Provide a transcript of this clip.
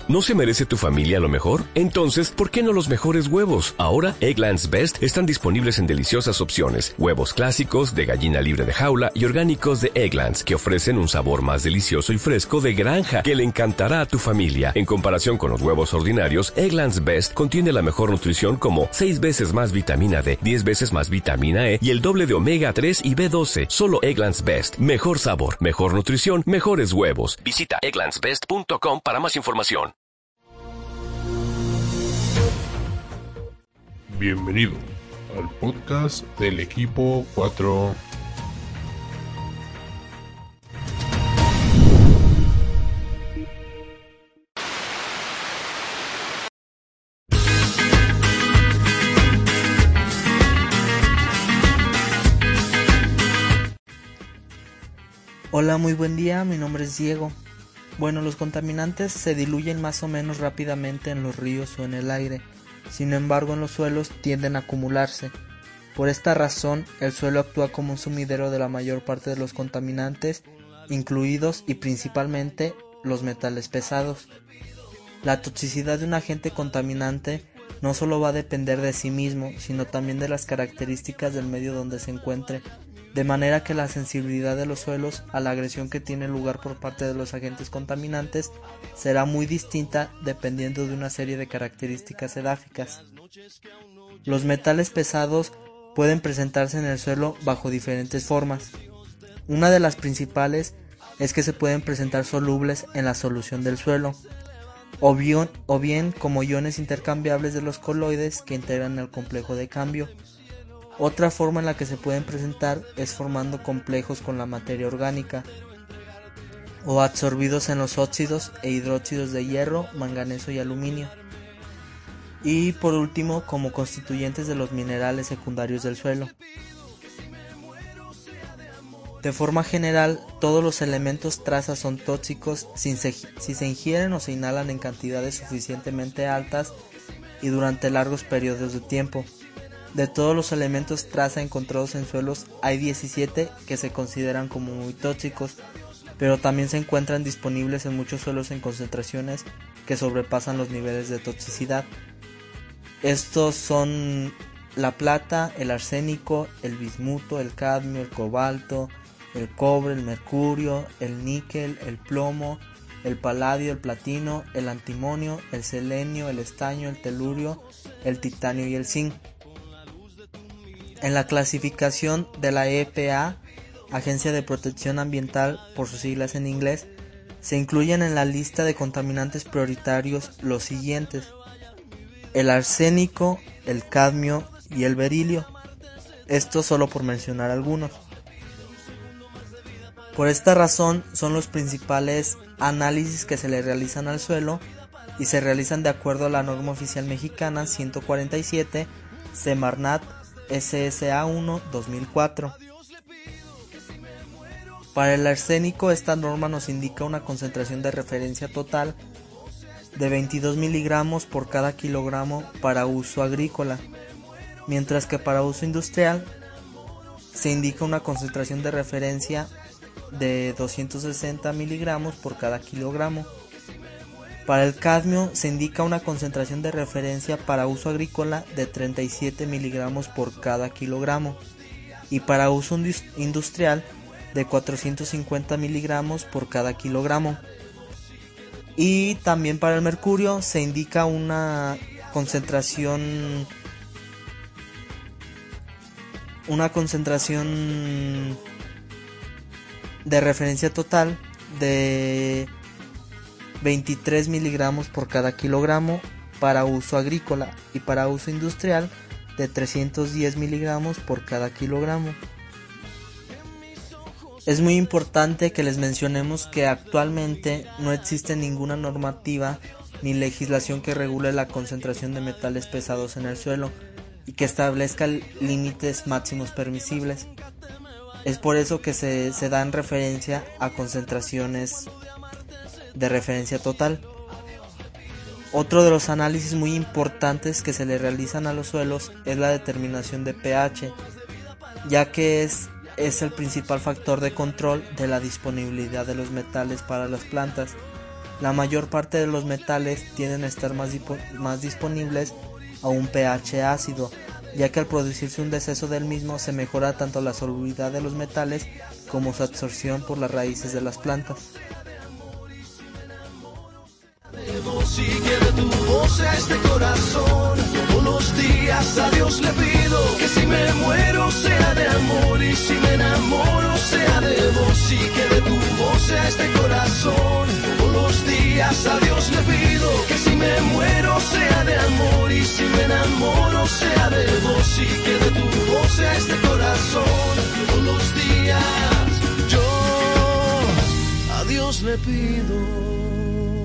¿No se merece tu familia lo mejor? Entonces, ¿por qué no los mejores huevos? Ahora, Eggland's Best están disponibles en deliciosas opciones. Huevos clásicos, de gallina libre de jaula y orgánicos de Eggland's, que ofrecen un sabor más delicioso y fresco de granja que le encantará a tu familia. En comparación con los huevos ordinarios, Eggland's Best contiene la mejor nutrición como 6 veces más vitamina D, 10 veces más vitamina E y el doble de omega 3 y B12. Solo Eggland's Best. Mejor sabor, mejor nutrición, mejores huevos. Visita egglandsbest.com para más información. Bienvenido al podcast del equipo 4. Hola, muy buen día, mi nombre es Diego. Bueno, los contaminantes se diluyen más o menos rápidamente en los ríos o en el aire. Sin embargo, en los suelos tienden a acumularse. Por esta razón, el suelo actúa como un sumidero de la mayor parte de los contaminantes, incluidos y principalmente los metales pesados. La toxicidad de un agente contaminante no solo va a depender de sí mismo, sino también de las características del medio donde se encuentre, de manera que la sensibilidad de los suelos a la agresión que tiene lugar por parte de los agentes contaminantes será muy distinta dependiendo de una serie de características edáficas. Los metales pesados pueden presentarse en el suelo bajo diferentes formas. Una de las principales es que se pueden presentar solubles en la solución del suelo, o bien como iones intercambiables de los coloides que integran el complejo de cambio. Otra forma en la que se pueden presentar es formando complejos con la materia orgánica, o absorbidos en los óxidos e hidróxidos de hierro, manganeso y aluminio. Y por último, como constituyentes de los minerales secundarios del suelo. De forma general, todos los elementos traza son tóxicos si se ingieren o se inhalan en cantidades suficientemente altas y durante largos periodos de tiempo. De todos los elementos traza encontrados en suelos, hay 17 que se consideran como muy tóxicos, pero también se encuentran disponibles en muchos suelos en concentraciones que sobrepasan los niveles de toxicidad. Estos son la plata, el arsénico, el bismuto, el cadmio, el cobalto, el cobre, el mercurio, el níquel, el plomo, el paladio, el platino, el antimonio, el selenio, el estaño, el telurio, el titanio y el zinc. En la clasificación de la EPA, Agencia de Protección Ambiental por sus siglas en inglés, se incluyen en la lista de contaminantes prioritarios los siguientes: el arsénico, el cadmio y el berilio. Esto solo por mencionar algunos. Por esta razón son los principales análisis que se le realizan al suelo y se realizan de acuerdo a la norma oficial mexicana 147 Semarnat SSA 1 2004. Para el arsénico, esta norma nos indica una concentración de referencia total de 22 miligramos por cada kilogramo para uso agrícola, mientras que para uso industrial se indica una concentración de referencia de 260 miligramos por cada kilogramo. Para el cadmio se indica una concentración de referencia para uso agrícola de 37 miligramos por cada kilogramo y para uso industrial de 450 miligramos por cada kilogramo. Y también para el mercurio se indica una concentración de referencia total de 23 miligramos por cada kilogramo para uso agrícola y para uso industrial de 310 miligramos por cada kilogramo. Es muy importante que les mencionemos que actualmente no existe ninguna normativa ni legislación que regule la concentración de metales pesados en el suelo y que establezca límites máximos permisibles. Es por eso que se dan referencia a concentraciones de referencia total. Otro de los análisis muy importantes que se le realizan a los suelos es la determinación de pH, ya que es el principal factor de control de la disponibilidad de los metales para las plantas. La mayor parte de los metales tienden a estar más disponibles a un pH ácido, ya que al producirse un deceso del mismo se mejora tanto la solubilidad de los metales como su absorción por las raíces de las plantas. Y que de tu voz sea este corazón. Todos los días a Dios le pido que si me muero sea de amor, y si me enamoro sea de vos, y que de tu voz sea este corazón. Todos los días a Dios le pido que si me muero sea de amor, y si me enamoro sea de vos, y que de tu voz sea este corazón. Todos los días yo a Dios le pido.